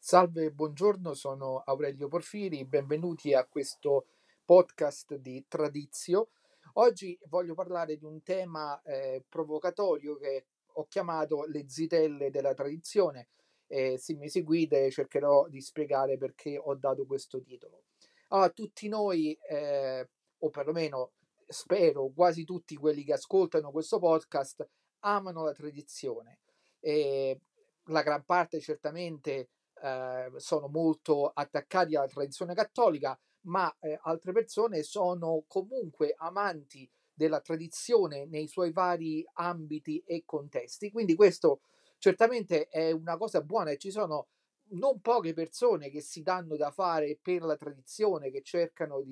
Salve, buongiorno, sono Aurelio Porfiri, benvenuti a questo podcast di Tradizio. Oggi voglio parlare di un tema provocatorio che ho chiamato le zitelle della tradizione e se mi seguite cercherò di spiegare perché ho dato questo titolo. Allora, tutti noi, o perlomeno spero quasi tutti quelli che ascoltano questo podcast, amano la tradizione. E la gran parte certamente sono molto attaccati alla tradizione cattolica, ma altre persone sono comunque amanti della tradizione nei suoi vari ambiti e contesti. Quindi questo certamente è una cosa buona e ci sono non poche persone che si danno da fare per la tradizione, che cercano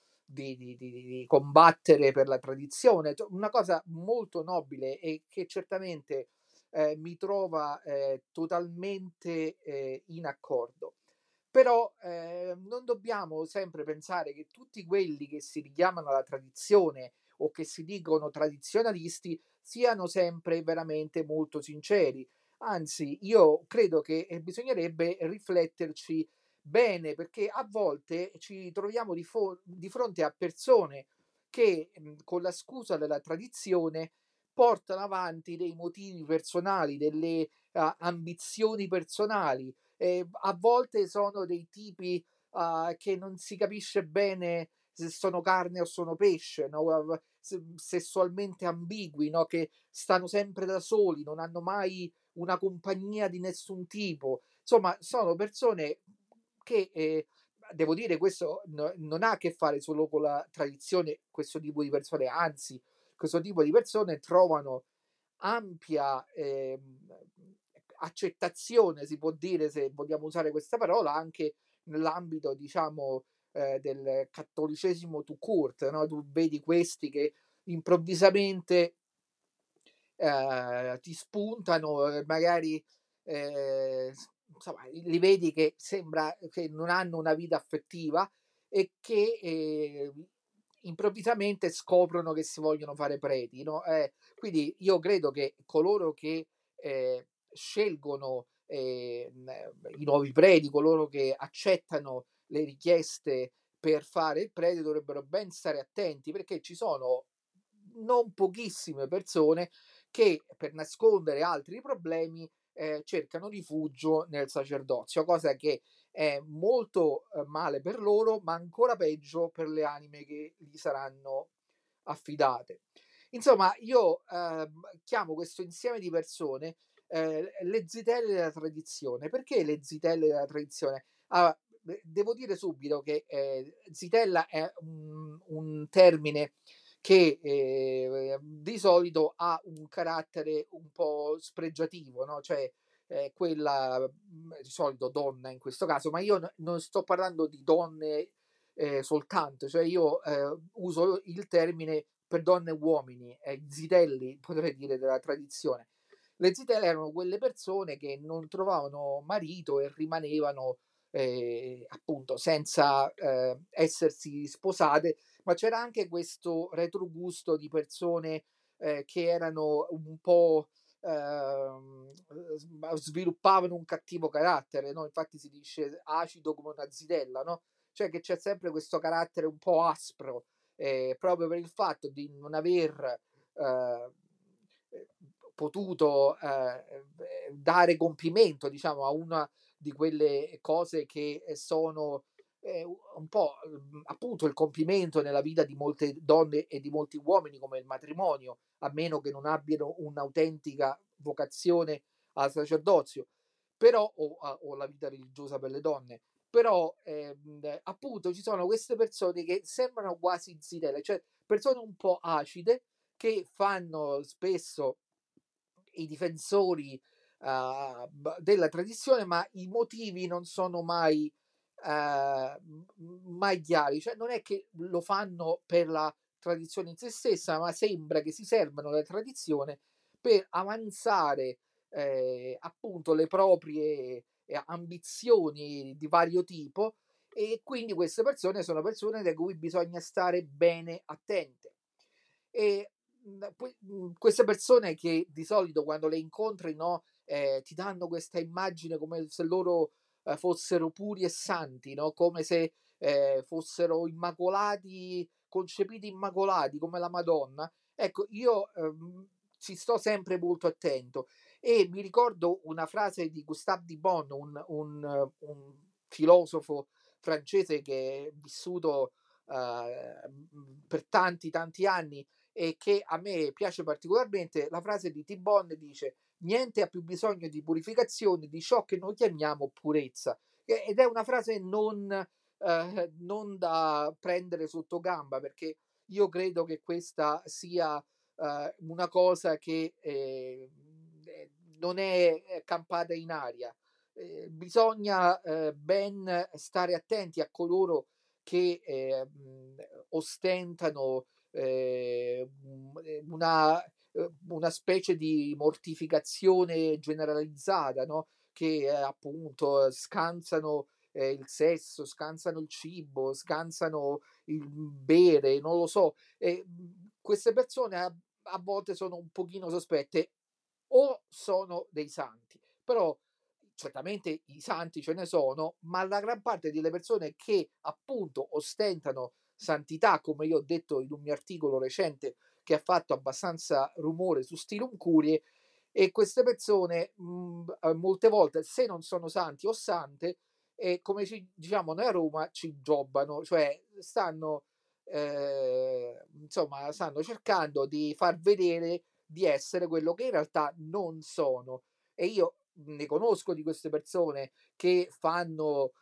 di combattere per la tradizione, una cosa molto nobile e che certamente mi trova totalmente in accordo. Però non dobbiamo sempre pensare che tutti quelli che si richiamano alla tradizione o che si dicono tradizionalisti siano sempre veramente molto sinceri. Anzi, io credo che bisognerebbe rifletterci bene, perché a volte ci troviamo di fronte a persone che con la scusa della tradizione portano avanti dei motivi personali, delle ambizioni personali. A volte sono dei tipi che non si capisce bene se sono carne o sono pesce, no? Sessualmente ambigui, no? Che stanno sempre da soli, non hanno mai una compagnia di nessun tipo. Insomma, sono persone che, devo dire, questo non ha a che fare solo con la tradizione, questo tipo di persone, anzi, questo tipo di persone trovano ampia accettazione, si può dire, se vogliamo usare questa parola, anche nell'ambito, diciamo, del cattolicesimo tout court, no? Tu vedi questi che improvvisamente ti spuntano, magari, insomma, li vedi che sembra che non hanno una vita affettiva e che, improvvisamente scoprono che si vogliono fare preti, no, quindi io credo che coloro che, scelgono, i nuovi preti, coloro che accettano le richieste per fare il prete dovrebbero ben stare attenti, perché ci sono non pochissime persone che per nascondere altri problemi, cercano rifugio nel sacerdozio, cosa che è molto, male per loro, ma ancora peggio per le anime che gli saranno affidate. Insomma, io, chiamo questo insieme di persone, le zitelle della tradizione. Perché le zitelle della tradizione? Allora, devo dire subito che, zitella è un termine che, di solito ha un carattere un po' spregiativo, no, cioè, quella, di solito donna in questo caso, ma io non sto parlando di donne, soltanto, cioè io, uso il termine per donne e uomini, zitelli potrei dire della tradizione. Le zitelle erano quelle persone che non trovavano marito e rimanevano, appunto senza, essersi sposate, ma c'era anche questo retrogusto di persone, che erano un po', sviluppavano un cattivo carattere, no, infatti si dice acido come una zitella, no, cioè che c'è sempre questo carattere un po' aspro, proprio per il fatto di non aver, ehm, potuto, dare compimento, diciamo, a una di quelle cose che, sono, un po', appunto il compimento nella vita di molte donne e di molti uomini come il matrimonio, a meno che non abbiano un'autentica vocazione al sacerdozio, però o la vita religiosa per le donne. Però, appunto ci sono queste persone che sembrano quasi zitelle, cioè persone un po' acide che fanno spesso i difensori, della tradizione, ma i motivi non sono mai chiari. Cioè non è che lo fanno per la tradizione in sé stessa, ma sembra che si servano della tradizione per avanzare, appunto le proprie, ambizioni di vario tipo e quindi queste persone sono persone da cui bisogna stare bene attente. E, queste persone che di solito quando le incontri, no, ti danno questa immagine come se loro, fossero puri e santi, no, come se, fossero immacolati, concepiti immacolati come la Madonna. Ecco, io, ci sto sempre molto attento e mi ricordo una frase di Gustave Le Bon, un filosofo francese che è vissuto, per tanti, tanti anni e che a me piace particolarmente. La frase di T-Bon dice: "Niente ha più bisogno di purificazione di ciò che noi chiamiamo purezza". Ed è una frase non da prendere sotto gamba, perché io credo che questa sia, una cosa che, non è campata in aria. Bisogna, ben stare attenti a coloro che, ostentano, una specie di mortificazione generalizzata, no, che, appunto scansano, il sesso, scansano il cibo, scansano il bere, non lo so. Queste persone a volte sono un pochino sospette, o sono dei santi, però certamente i santi ce ne sono, ma la gran parte delle persone che appunto ostentano santità, come io ho detto in un mio articolo recente che ha fatto abbastanza rumore su Stilum Curie, e queste persone, molte volte se non sono santi o sante, come ci diciamo noi a Roma, ci jobbano, cioè stanno, insomma stanno cercando di far vedere di essere quello che in realtà non sono. E io ne conosco di queste persone che fanno,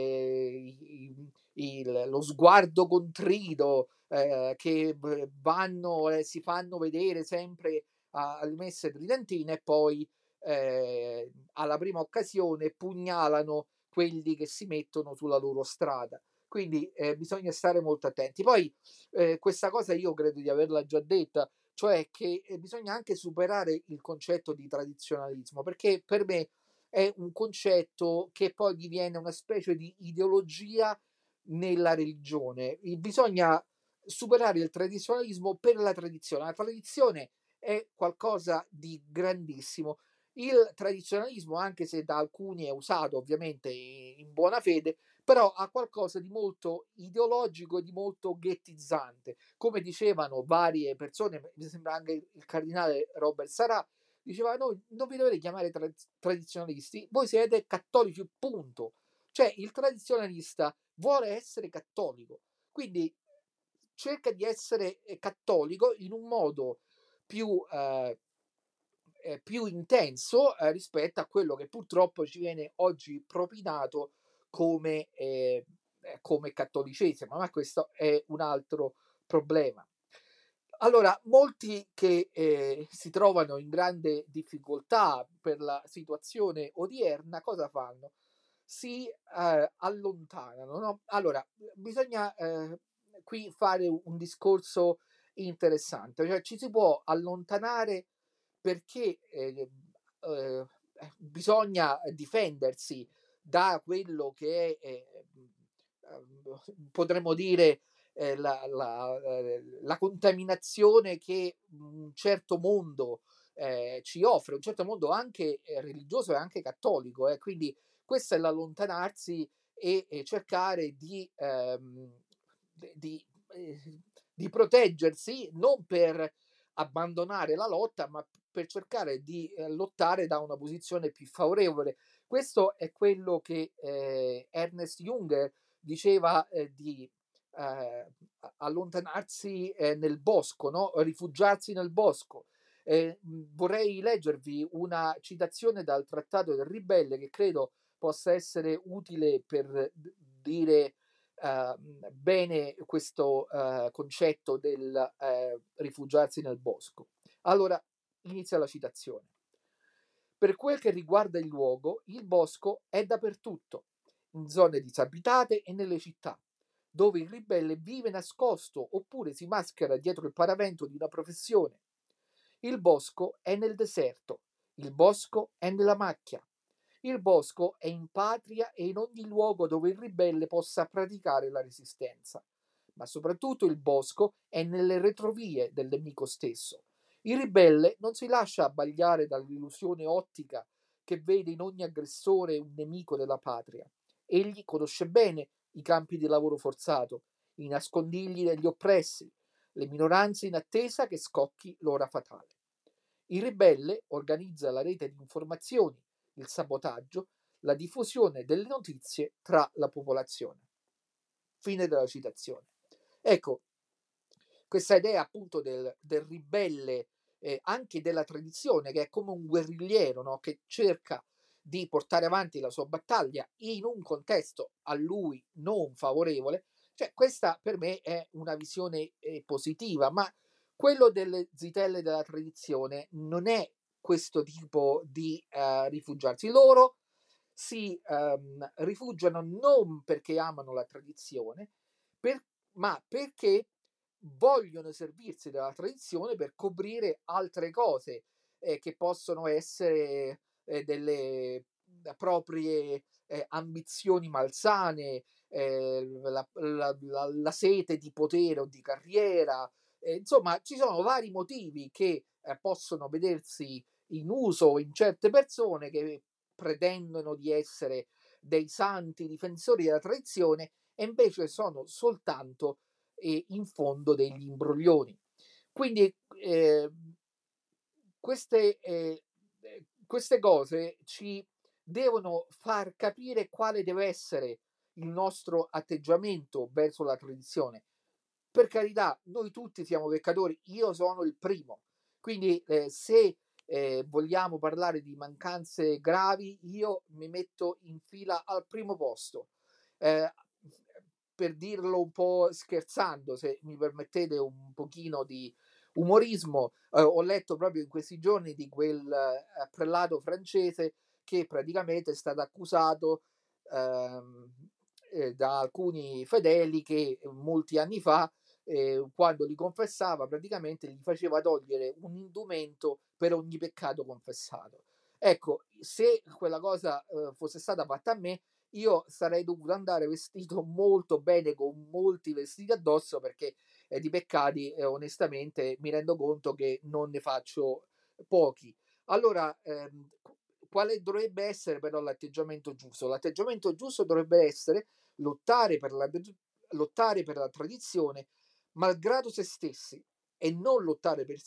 lo sguardo contrito, che vanno e si fanno vedere sempre alle messe tridentine e poi, alla prima occasione pugnalano quelli che si mettono sulla loro strada. Quindi, bisogna stare molto attenti. Poi, questa cosa io credo di averla già detta, cioè che, bisogna anche superare il concetto di tradizionalismo, perché per me è un concetto che poi diviene una specie di ideologia nella religione. Bisogna superare il tradizionalismo per la tradizione. La tradizione è qualcosa di grandissimo. Il tradizionalismo, anche se da alcuni è usato ovviamente in buona fede, però ha qualcosa di molto ideologico e di molto ghettizzante. Come dicevano varie persone, mi sembra anche il cardinale Robert Sarà, diceva: "Noi non vi dovete chiamare tradizionalisti, voi siete cattolici, punto". Cioè il tradizionalista vuole essere cattolico, quindi cerca di essere, cattolico in un modo più, più intenso, rispetto a quello che purtroppo ci viene oggi propinato come cattolicesimo, ma questo è un altro problema. Allora, molti che, si trovano in grande difficoltà per la situazione odierna, cosa fanno? Si, allontanano, no. Allora, bisogna, qui fare un discorso interessante, cioè ci si può allontanare perché, bisogna difendersi da quello che è, potremmo dire, la contaminazione che un certo mondo, ci offre, un certo mondo anche, religioso e anche cattolico, quindi questo è l'allontanarsi e cercare di proteggersi, non per abbandonare la lotta, ma per cercare di, lottare da una posizione più favorevole. Questo è quello che, Ernest Junger diceva, di, allontanarsi, nel bosco, no, rifugiarsi nel bosco. Vorrei leggervi una citazione dal Trattato del Ribelle che credo possa essere utile per dire, bene questo, concetto del, rifugiarsi nel bosco. Allora, inizia la citazione. Per quel che riguarda il luogo, il bosco è dappertutto, in zone disabitate e nelle città, dove il ribelle vive nascosto oppure si maschera dietro il paravento di una professione. Il bosco è nel deserto, il bosco è nella macchia, il bosco è in patria e in ogni luogo dove il ribelle possa praticare la resistenza. Ma soprattutto il bosco è nelle retrovie del nemico stesso. Il ribelle non si lascia abbagliare dall'illusione ottica che vede in ogni aggressore un nemico della patria. Egli conosce bene i campi di lavoro forzato, i nascondigli degli oppressi, le minoranze in attesa che scocchi l'ora fatale. Il ribelle organizza la rete di informazioni, il sabotaggio, la diffusione delle notizie tra la popolazione. Fine della citazione. Ecco, questa idea appunto del ribelle, anche della tradizione, che è come un guerrigliero, no? Che cerca di portare avanti la sua battaglia in un contesto a lui non favorevole, cioè questa per me è una visione positiva, ma quello delle zitelle della tradizione non è questo tipo di rifugiarsi. Loro si rifugiano non perché amano la tradizione, per, ma perché vogliono servirsi della tradizione per coprire altre cose che possono essere delle proprie ambizioni malsane, la sete di potere o di carriera. Insomma, ci sono vari motivi che possono vedersi in uso in certe persone che pretendono di essere dei santi difensori della tradizione e invece sono soltanto in fondo degli imbroglioni. Quindi queste cose ci devono far capire quale deve essere il nostro atteggiamento verso la tradizione. Per carità, noi tutti siamo peccatori, io sono il primo. Quindi se vogliamo parlare di mancanze gravi, io mi metto in fila al primo posto. Eh, per dirlo un po' scherzando, se mi permettete un pochino di umorismo, ho letto proprio in questi giorni di quel prelato francese che praticamente è stato accusato ehm, da alcuni fedeli che molti anni fa, quando li confessava, praticamente gli faceva togliere un indumento per ogni peccato confessato. Ecco, se quella cosa fosse stata fatta a me, io sarei dovuto andare vestito molto bene, con molti vestiti addosso, perché di peccati onestamente mi rendo conto che non ne faccio pochi. Allora, quale dovrebbe essere però l'atteggiamento giusto? L'atteggiamento giusto dovrebbe essere lottare per lottare per la tradizione, malgrado se stessi, e non lottare per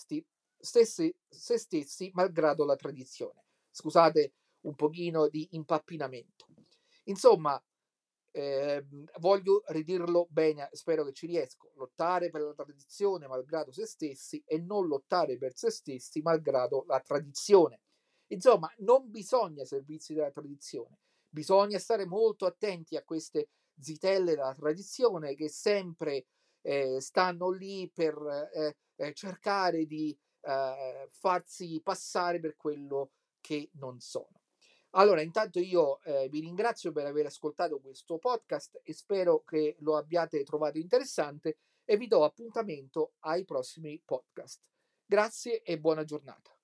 se stessi malgrado la tradizione. Scusate un pochino di impappinamento. Insomma, voglio ridirlo bene, spero che ci riesco. Lottare per la tradizione malgrado se stessi e non lottare per se stessi malgrado la tradizione. Insomma, non bisogna servirsi della tradizione, bisogna stare molto attenti a queste zitelle della tradizione che sempre stanno lì per cercare di farsi passare per quello che non sono. Allora, intanto io vi ringrazio per aver ascoltato questo podcast e spero che lo abbiate trovato interessante e vi do appuntamento ai prossimi podcast. Grazie e buona giornata.